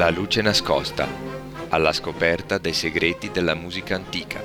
La luce nascosta, alla scoperta dei segreti della musica antica.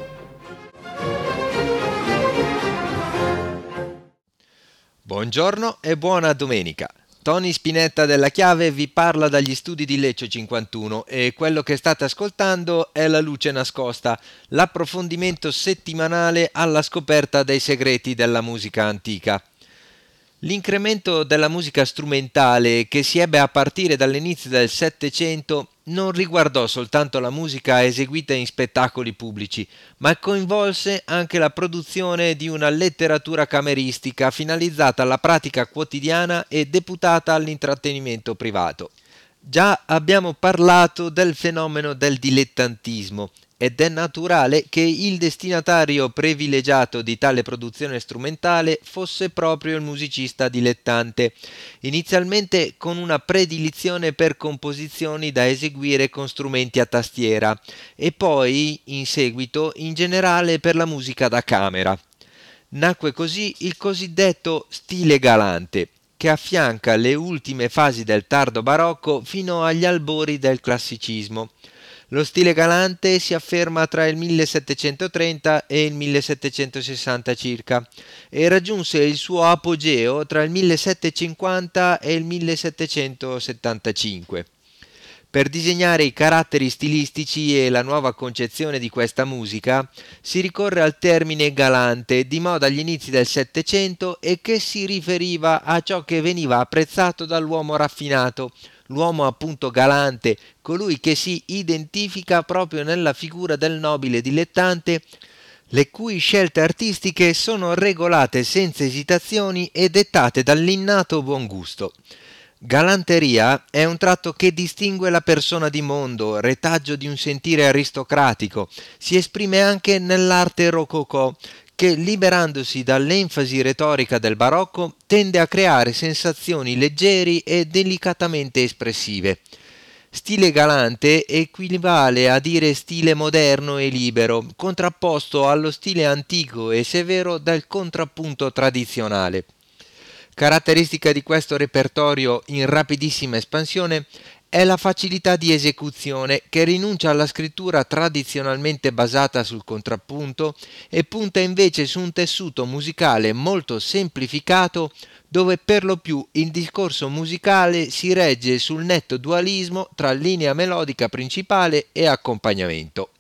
Buongiorno e buona domenica. Tony Spinetta della Chiave vi parla dagli studi di Lecce 51 e quello che state ascoltando è La luce nascosta, l'approfondimento settimanale alla scoperta dei segreti della musica antica. L'incremento della musica strumentale che si ebbe a partire dall'inizio del Settecento non riguardò soltanto la musica eseguita in spettacoli pubblici, ma coinvolse anche la produzione di una letteratura cameristica finalizzata alla pratica quotidiana e deputata all'intrattenimento privato. Già abbiamo parlato del fenomeno del dilettantismo ed è naturale che il destinatario privilegiato di tale produzione strumentale fosse proprio il musicista dilettante, inizialmente con una predilizione per composizioni da eseguire con strumenti a tastiera e poi, in seguito, in generale per la musica da camera. Nacque così il cosiddetto stile galante, che affianca le ultime fasi del tardo barocco fino agli albori del classicismo. Lo stile galante si afferma tra il 1730 e il 1760 circa e raggiunse il suo apogeo tra il 1750 e il 1775. Per disegnare i caratteri stilistici e la nuova concezione di questa musica si ricorre al termine galante, di moda agli inizi del Settecento e che si riferiva a ciò che veniva apprezzato dall'uomo raffinato, l'uomo appunto galante, colui che si identifica proprio nella figura del nobile dilettante, le cui scelte artistiche sono regolate senza esitazioni e dettate dall'innato buon gusto. Galanteria è un tratto che distingue la persona di mondo, retaggio di un sentire aristocratico. Si esprime anche nell'arte rococò, che liberandosi dall'enfasi retorica del barocco tende a creare sensazioni leggeri e delicatamente espressive. Stile galante equivale a dire stile moderno e libero, contrapposto allo stile antico e severo del contrappunto tradizionale. Caratteristica di questo repertorio in rapidissima espansione è la facilità di esecuzione che rinuncia alla scrittura tradizionalmente basata sul contrappunto e punta invece su un tessuto musicale molto semplificato dove per lo più il discorso musicale si regge sul netto dualismo tra linea melodica principale e accompagnamento.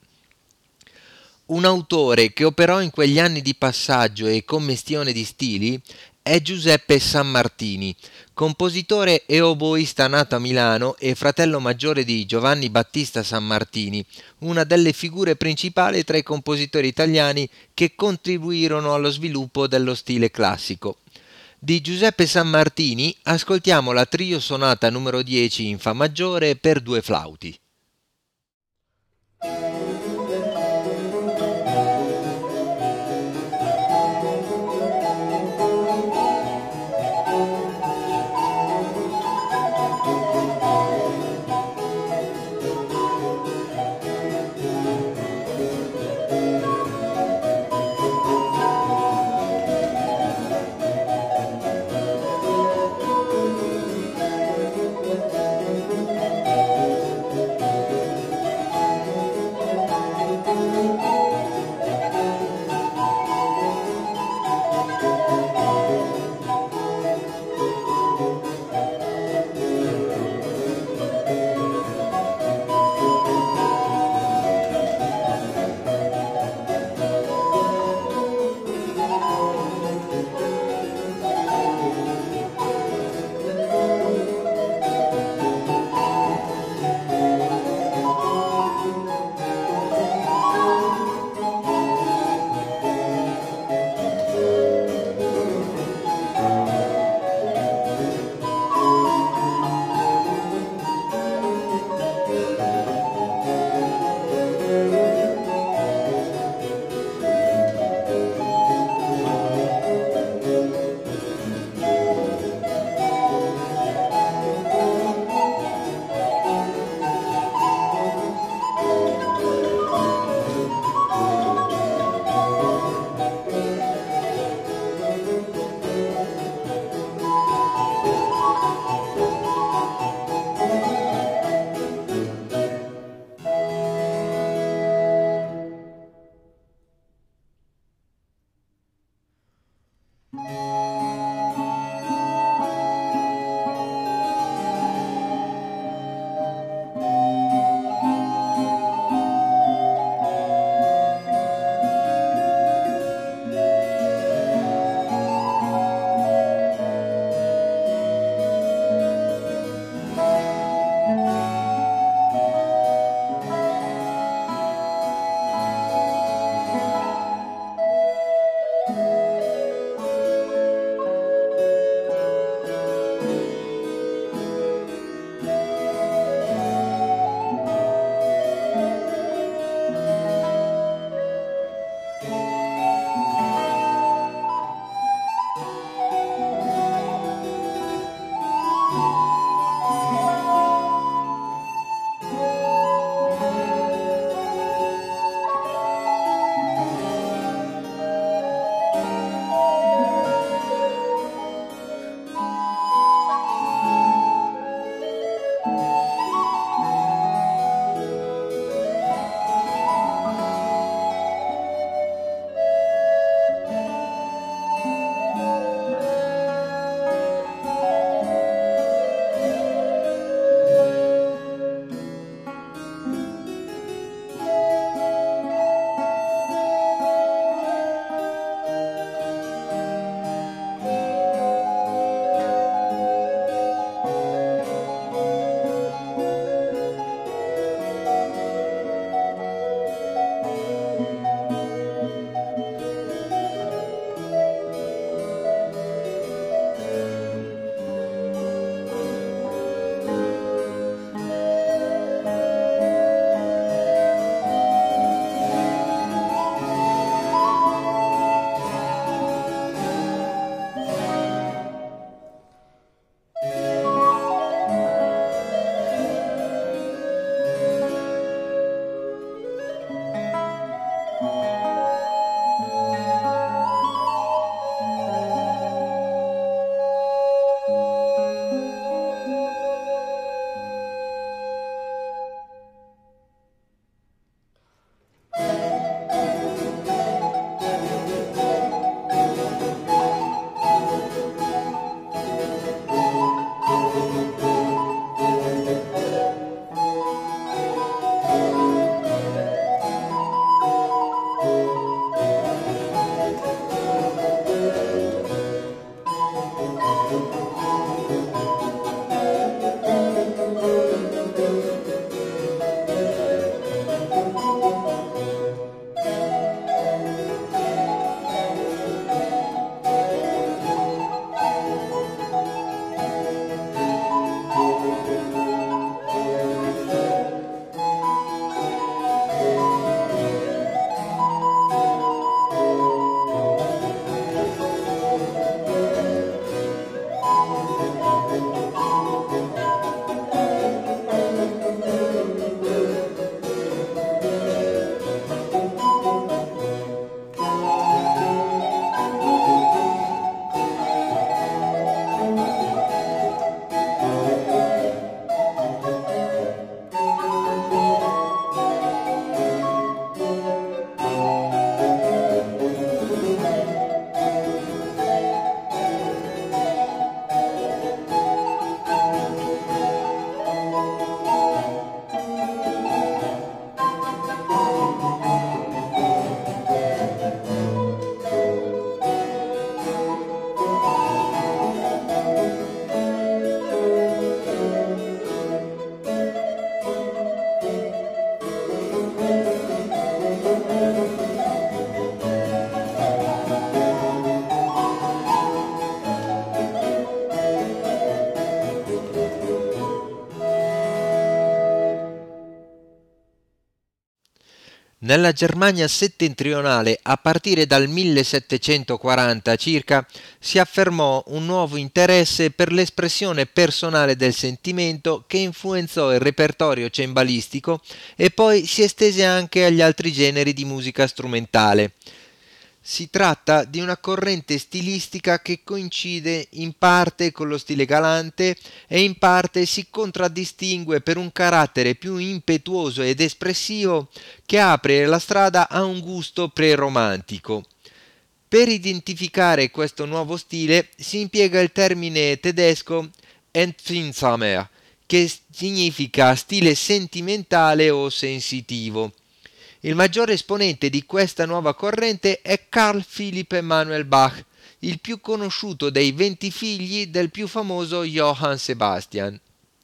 Un autore che operò in quegli anni di passaggio e commestione di stili è Giuseppe Sammartini, compositore e oboista nato a Milano e fratello maggiore di Giovanni Battista Sammartini, una delle figure principali tra i compositori italiani che contribuirono allo sviluppo dello stile classico. Di Giuseppe Sammartini ascoltiamo la trio sonata numero 10 in Fa maggiore per due flauti. Nella Germania settentrionale, a partire dal 1740 circa, si affermò un nuovo interesse per l'espressione personale del sentimento che influenzò il repertorio cembalistico e poi si estese anche agli altri generi di musica strumentale. Si tratta di una corrente stilistica che coincide in parte con lo stile galante e in parte si contraddistingue per un carattere più impetuoso ed espressivo che apre la strada a un gusto preromantico. Per identificare questo nuovo stile si impiega il termine tedesco Empfindsamer, che significa stile sentimentale o sensitivo. Il maggiore esponente di questa nuova corrente è Carl Philipp Emanuel Bach, il più conosciuto dei 20 figli del più famoso Johann Sebastian.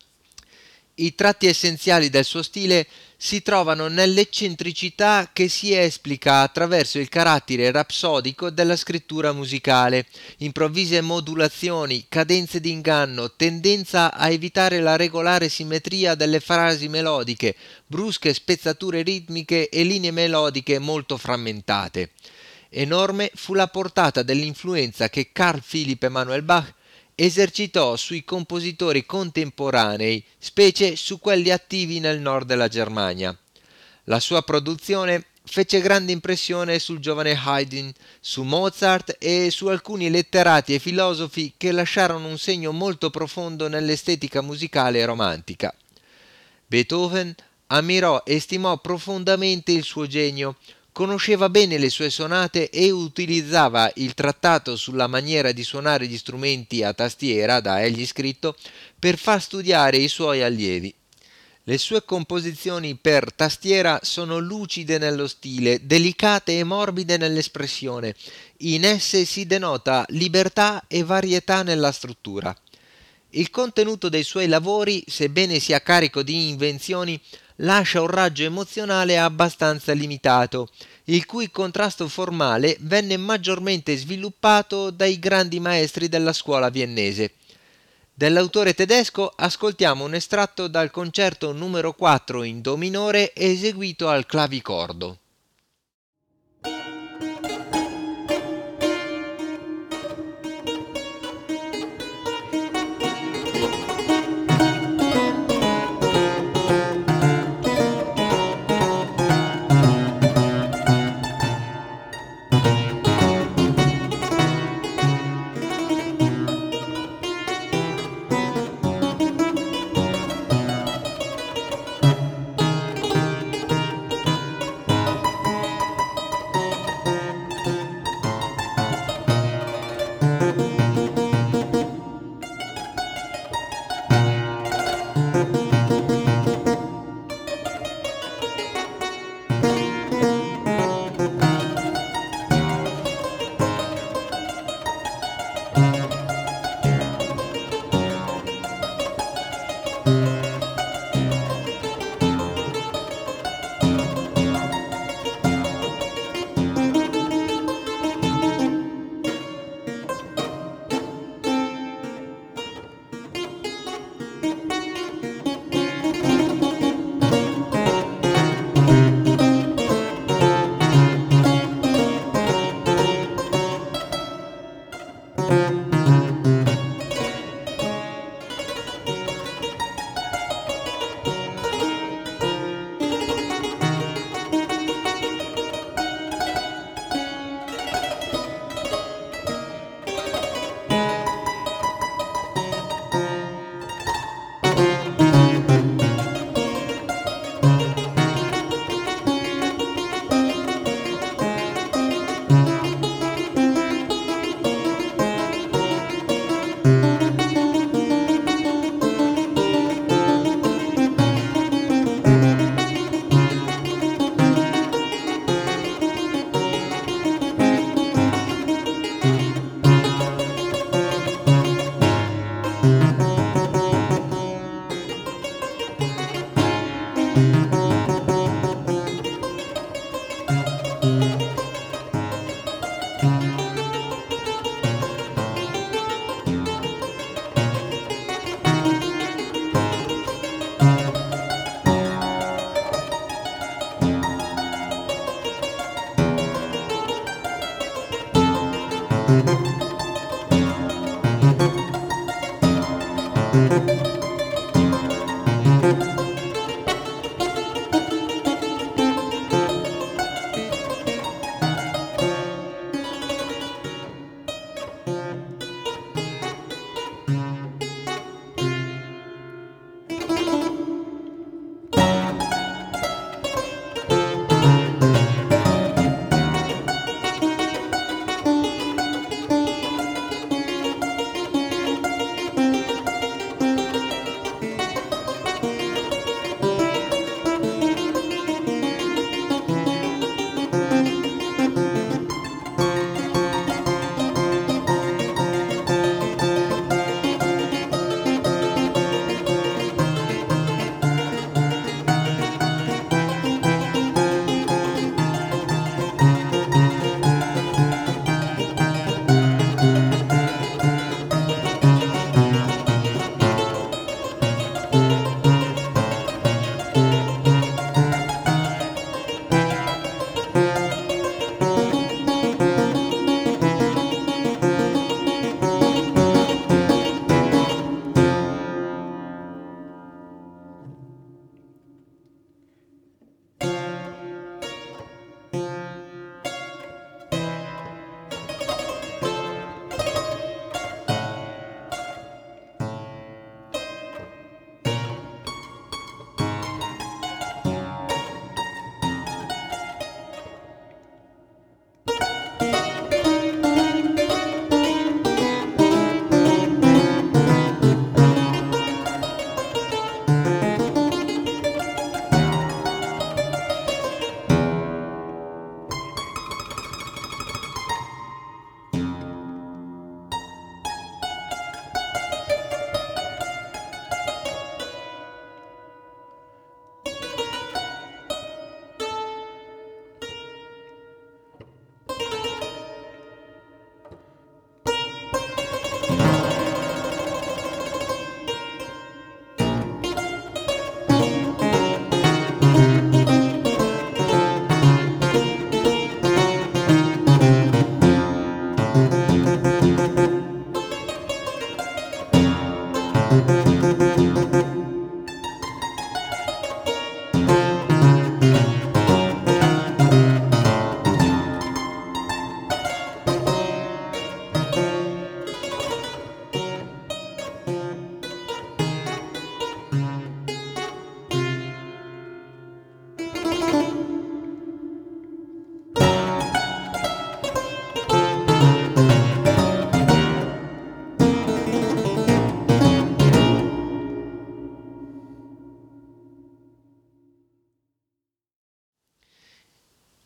I tratti essenziali del suo stile si trovano nell'eccentricità che si esplica attraverso il carattere rapsodico della scrittura musicale, improvvise modulazioni, cadenze d'inganno, tendenza a evitare la regolare simmetria delle frasi melodiche, brusche spezzature ritmiche e linee melodiche molto frammentate. Enorme fu la portata dell'influenza che Carl Philipp Emanuel Bach esercitò sui compositori contemporanei, specie su quelli attivi nel nord della Germania. La sua produzione fece grande impressione sul giovane Haydn, su Mozart e su alcuni letterati e filosofi che lasciarono un segno molto profondo nell'estetica musicale romantica. Beethoven ammirò e stimò profondamente il suo genio, conosceva bene le sue sonate e utilizzava il trattato sulla maniera di suonare gli strumenti a tastiera, da egli scritto, per far studiare i suoi allievi. Le sue composizioni per tastiera sono lucide nello stile, delicate e morbide nell'espressione. In esse si denota libertà e varietà nella struttura. Il contenuto dei suoi lavori, sebbene sia carico di invenzioni, lascia un raggio emozionale abbastanza limitato, il cui contrasto formale venne maggiormente sviluppato dai grandi maestri della scuola viennese. Dell'autore tedesco ascoltiamo un estratto dal concerto numero 4 in do minore eseguito al clavicordo.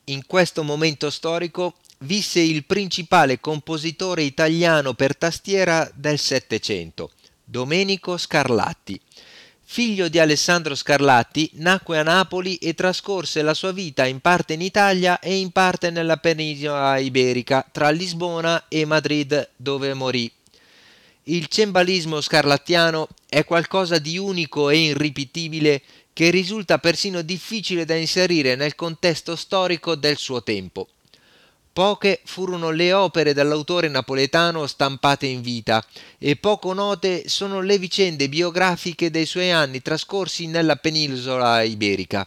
in questo momento storico visse il principale compositore italiano per tastiera del Settecento, Domenico Scarlatti. Figlio di Alessandro Scarlatti, nacque a Napoli e trascorse la sua vita in parte in Italia e in parte nella penisola iberica, tra Lisbona e Madrid, dove morì. Il cembalismo scarlattiano è qualcosa di unico e irripetibile che risulta persino difficile da inserire nel contesto storico del suo tempo. Poche furono le opere dell'autore napoletano stampate in vita e poco note sono le vicende biografiche dei suoi anni trascorsi nella penisola iberica.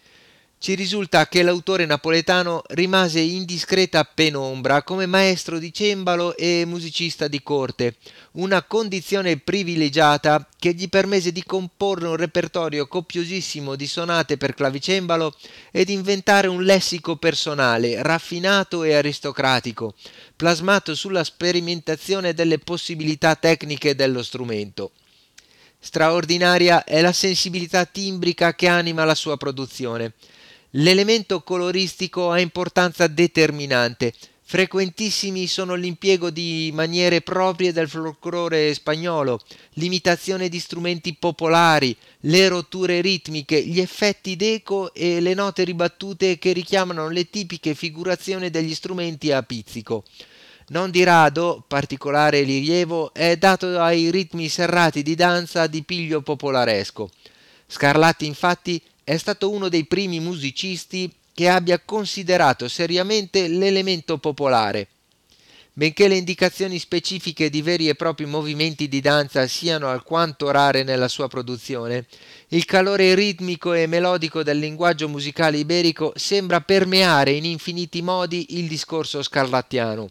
Ci risulta che l'autore napoletano rimase in discreta penombra come maestro di cembalo e musicista di corte, una condizione privilegiata che gli permise di comporre un repertorio copiosissimo di sonate per clavicembalo ed inventare un lessico personale, raffinato e aristocratico, plasmato sulla sperimentazione delle possibilità tecniche dello strumento. Straordinaria è la sensibilità timbrica che anima la sua produzione. L'elemento coloristico ha importanza determinante. Frequentissimi sono l'impiego di maniere proprie del folklore spagnolo, l'imitazione di strumenti popolari, le rotture ritmiche, gli effetti d'eco e le note ribattute che richiamano le tipiche figurazioni degli strumenti a pizzico. Non di rado, particolare rilievo è dato ai ritmi serrati di danza di piglio popolaresco. Scarlatti infatti è stato uno dei primi musicisti che abbia considerato seriamente l'elemento popolare. Benché le indicazioni specifiche di veri e propri movimenti di danza siano alquanto rare nella sua produzione, il calore ritmico e melodico del linguaggio musicale iberico sembra permeare in infiniti modi il discorso scarlattiano.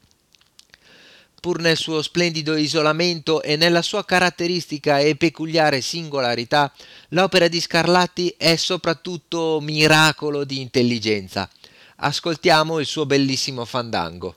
Pur nel suo splendido isolamento e nella sua caratteristica e peculiare singolarità, l'opera di Scarlatti è soprattutto miracolo di intelligenza. Ascoltiamo il suo bellissimo fandango.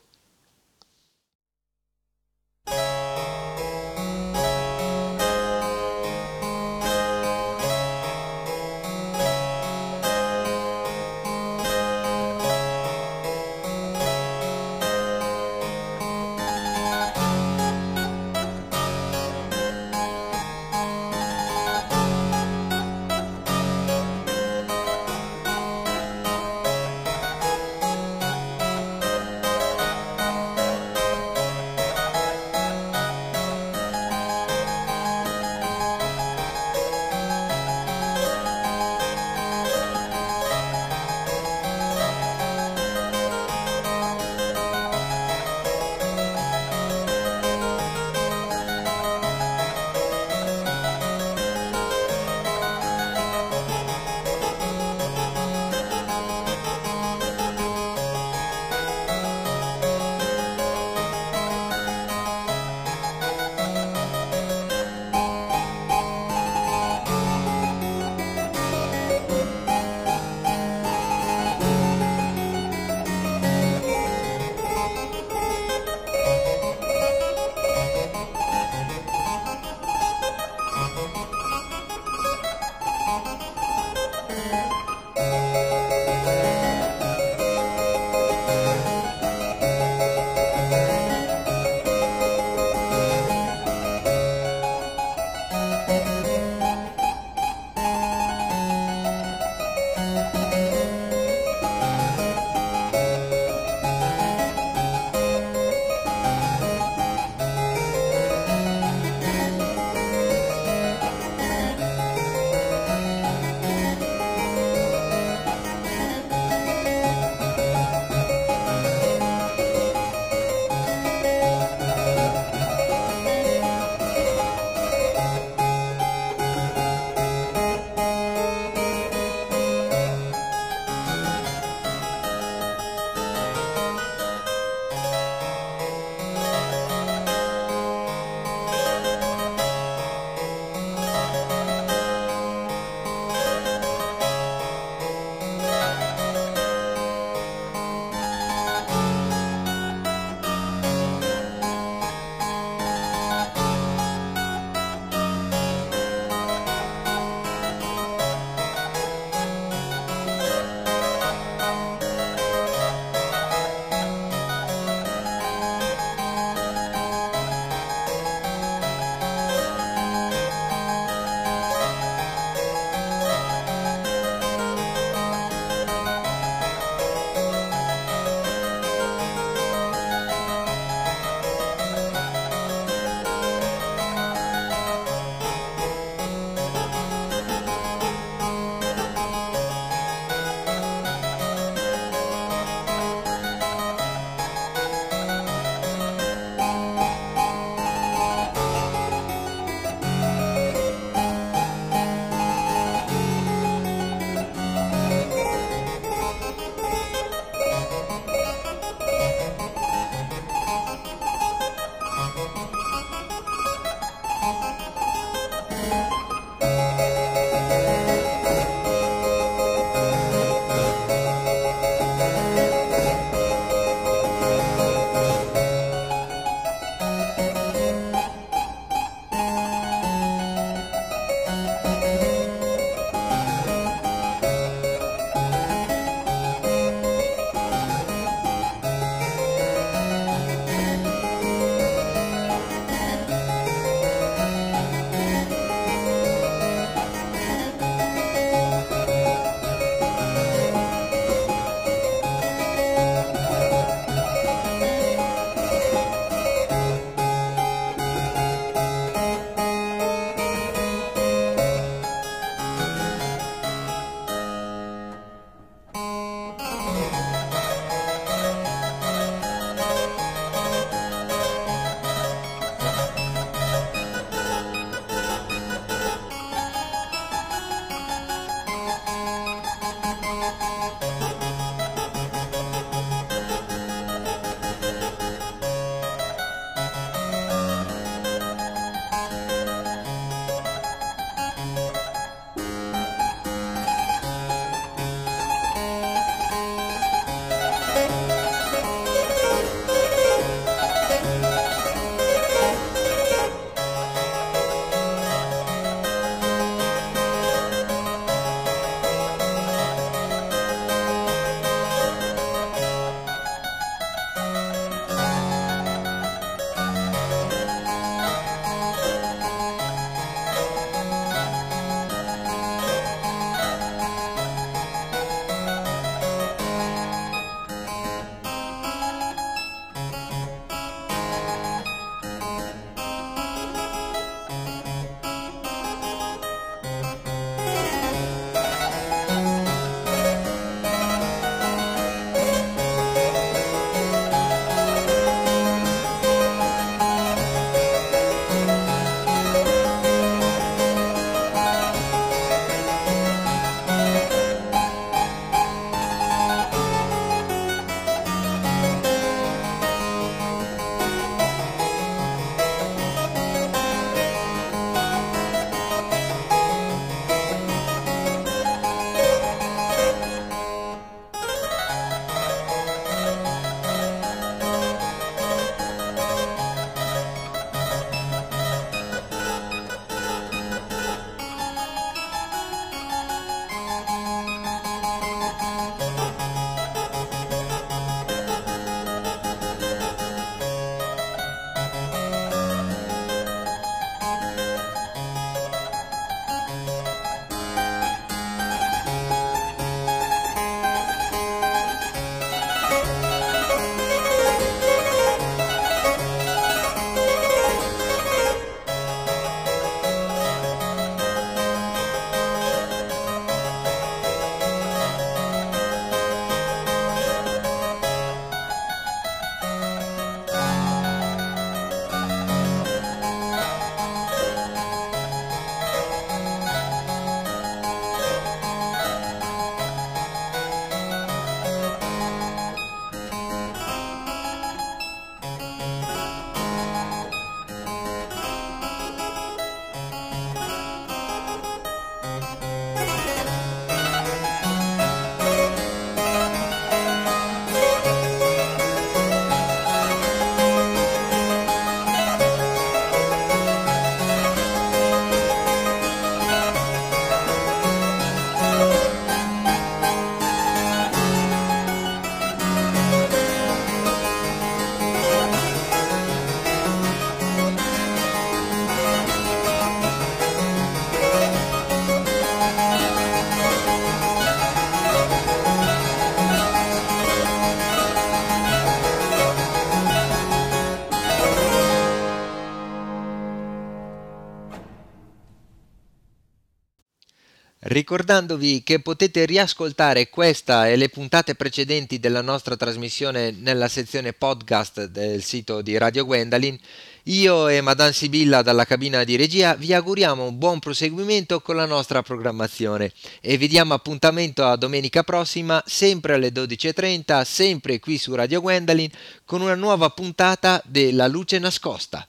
ricordandovi che potete riascoltare questa e le puntate precedenti della nostra trasmissione nella sezione podcast del sito di Radio Gwendalin. Io e Madame Sibilla dalla cabina di regia vi auguriamo un buon proseguimento con la nostra programmazione e vi diamo appuntamento a domenica prossima, sempre alle 12:30, sempre qui su Radio Gwendalin, con una nuova puntata della Luce Nascosta.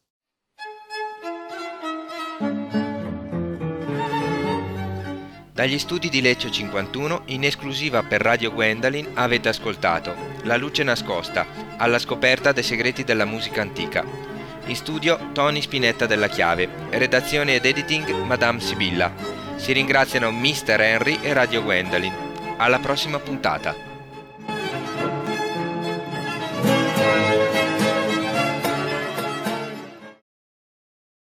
Dagli studi di Lecce 51, in esclusiva per Radio Gwendalin, avete ascoltato La Luce Nascosta, alla scoperta dei segreti della musica antica. In studio Tony Spinetta della Chiave, redazione ed editing Madame Sibilla. Si ringraziano Mr. Henry e Radio Gwendalin. Alla prossima puntata.